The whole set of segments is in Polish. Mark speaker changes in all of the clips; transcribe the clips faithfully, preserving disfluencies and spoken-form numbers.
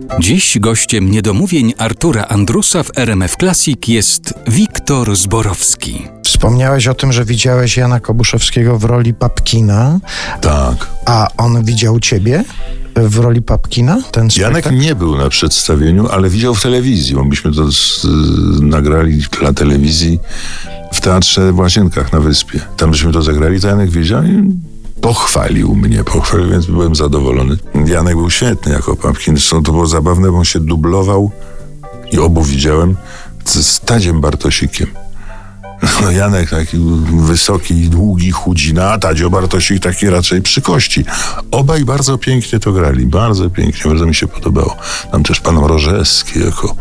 Speaker 1: Dziś gościem niedomówień Artura Andrusa w R M F Classic jest Wiktor Zborowski.
Speaker 2: Wspomniałeś o tym, że widziałeś Jana Kobuszewskiego w roli Papkina.
Speaker 3: Tak.
Speaker 2: A on widział ciebie w roli Papkina? Ten
Speaker 3: Janek
Speaker 2: spektakl?
Speaker 3: nie był na przedstawieniu, ale widział w telewizji, bo myśmy to z, nagrali dla telewizji w Teatrze w Łazienkach na Wyspie. Tam byśmy to zagrali, to Janek wiedział i pochwalił mnie, pochwalił, więc byłem zadowolony. Janek był świetny jako Papkin. Zresztą to było zabawne, bo on się dublował i obu widziałem z Tadziem Bartosikiem. No Janek taki wysoki, długi, chudzina, a Tadzio Bartosik taki raczej przy kości. Obaj bardzo pięknie to grali, bardzo pięknie, bardzo mi się podobało. Tam też pan Rożewski jako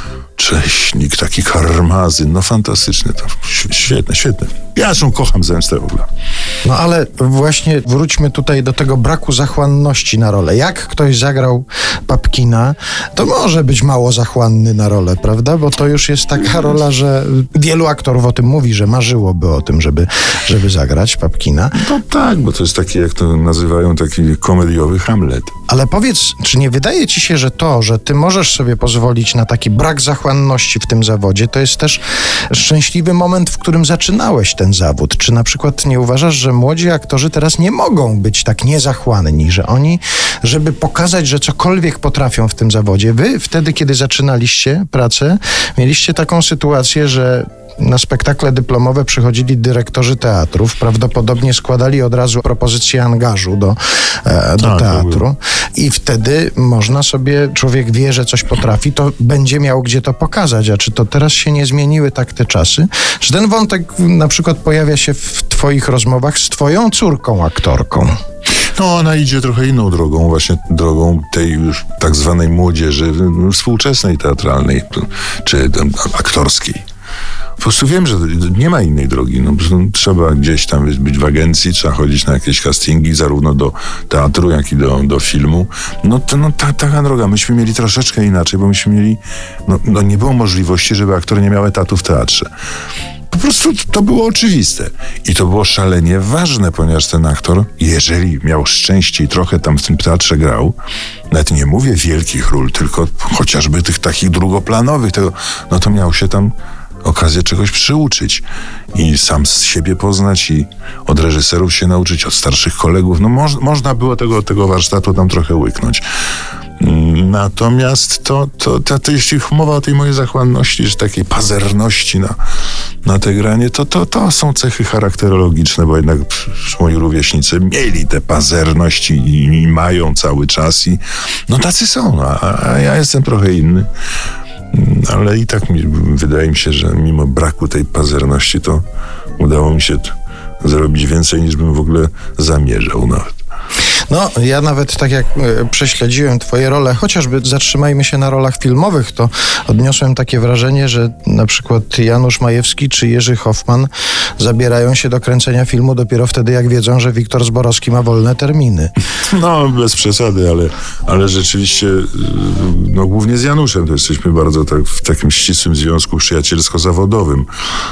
Speaker 3: cześnik, taki karmazyn, no fantastyczne to, świetne, świetne. Ja zresztą kocham Zemstę w ogóle.
Speaker 2: No ale właśnie wróćmy tutaj do tego braku zachłanności na rolę. Jak ktoś zagrał Papkina, to może być mało zachłanny na rolę, prawda? Bo to już jest taka rola, że wielu aktorów o tym mówi, że marzyłoby o tym, żeby, żeby zagrać Papkina.
Speaker 3: No tak, bo to jest taki, jak to nazywają, taki komediowy Hamlet.
Speaker 2: Ale powiedz, czy nie wydaje ci się, że to, że ty możesz sobie pozwolić na taki brak zachłanności w tym zawodzie, to jest też szczęśliwy moment, w którym zaczynałeś ten zawód? Czy na przykład nie uważasz, że młodzi aktorzy teraz nie mogą być tak niezachłanni, że oni, żeby pokazać, że cokolwiek potrafią w tym zawodzie, wy wtedy, kiedy zaczynaliście pracę, mieliście taką sytuację, że na spektakle dyplomowe przychodzili dyrektorzy teatrów, prawdopodobnie składali od razu propozycję angażu do, e, do
Speaker 3: tak,
Speaker 2: teatru i wtedy można sobie, człowiek wie, że coś potrafi, to będzie miał gdzie to pokazać. A czy to teraz się nie zmieniły tak te czasy? Czy ten wątek na przykład pojawia się w twoich rozmowach z twoją córką aktorką?
Speaker 3: No ona idzie trochę inną drogą, właśnie drogą tej już tak zwanej młodzieży współczesnej teatralnej czy aktorskiej. Po prostu wiem, że nie ma innej drogi. No, trzeba gdzieś tam być w agencji, trzeba chodzić na jakieś castingi, zarówno do teatru, jak i do, do filmu. No to no, ta, taka droga. Myśmy mieli troszeczkę inaczej, bo myśmy mieli... No, no nie było możliwości, żeby aktor nie miał etatu w teatrze. Po prostu to było oczywiste. I to było szalenie ważne, ponieważ ten aktor, jeżeli miał szczęście i trochę tam w tym teatrze grał, nawet nie mówię wielkich ról, tylko chociażby tych takich drugoplanowych, tego, no to miał się tam okazję czegoś przyuczyć i sam z siebie poznać i od reżyserów się nauczyć, od starszych kolegów. No moż, można było tego, tego warsztatu tam trochę łyknąć. Natomiast to, to, to, to jeśli mowa o tej mojej zachłanności, że takiej pazerności na, na te granie, to, to, to są cechy charakterologiczne, bo jednak moi rówieśnicy mieli tę pazerność i, i mają cały czas i no tacy są, a, a ja jestem trochę inny. Ale i tak mi, wydaje mi się, że mimo braku tej pazerności to udało mi się zrobić więcej niż bym w ogóle zamierzał nawet.
Speaker 2: No, ja nawet tak jak e, prześledziłem twoje role, chociażby zatrzymajmy się na rolach filmowych, to odniosłem takie wrażenie, że na przykład Janusz Majewski czy Jerzy Hoffman zabierają się do kręcenia filmu dopiero wtedy, jak wiedzą, że Wiktor Zborowski ma wolne terminy.
Speaker 3: No, bez przesady, ale, ale rzeczywiście, no głównie z Januszem to jesteśmy bardzo tak, w takim ścisłym związku przyjacielsko-zawodowym,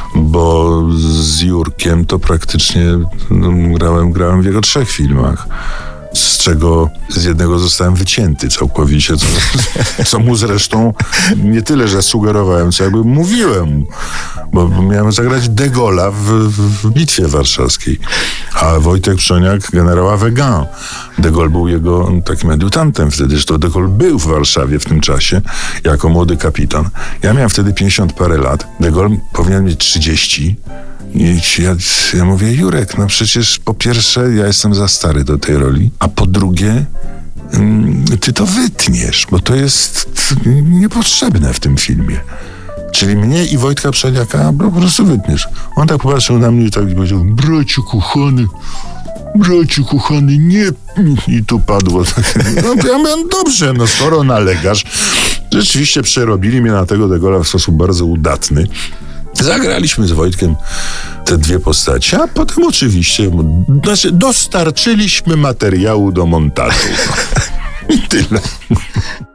Speaker 3: bo z Jurkiem to praktycznie no, grałem, grałem w jego trzech filmach. Z czego z jednego zostałem wycięty całkowicie, co, co mu zresztą nie tyle, że sugerowałem, co jakby mówiłem, bo miałem zagrać de Gaulle'a w, w Bitwie Warszawskiej, a Wojtek Przoniak generała Wegan. De Gaulle był jego takim adiutantem wtedy, że to de Gaulle był w Warszawie w tym czasie jako młody kapitan. Ja miałem wtedy pięćdziesiąt parę lat, de Gaulle powinien mieć trzydzieści. I ja, ja mówię, Jurek, no przecież po pierwsze ja jestem za stary do tej roli, a po drugie mm, ty to wytniesz, bo to jest niepotrzebne w tym filmie. Czyli mnie i Wojtka Przoniaka po prostu wytniesz. On tak popatrzył na mnie i tak powiedział, braciu kochany, braciu kochany, nie... I tu padło. No, ja mówię, dobrze, no skoro nalegasz. Rzeczywiście przerobili mnie na tego de Gaulle'a w sposób bardzo udatny. Zagraliśmy z Wojtkiem te dwie postaci, a potem oczywiście znaczy dostarczyliśmy materiału do montażu. I tyle.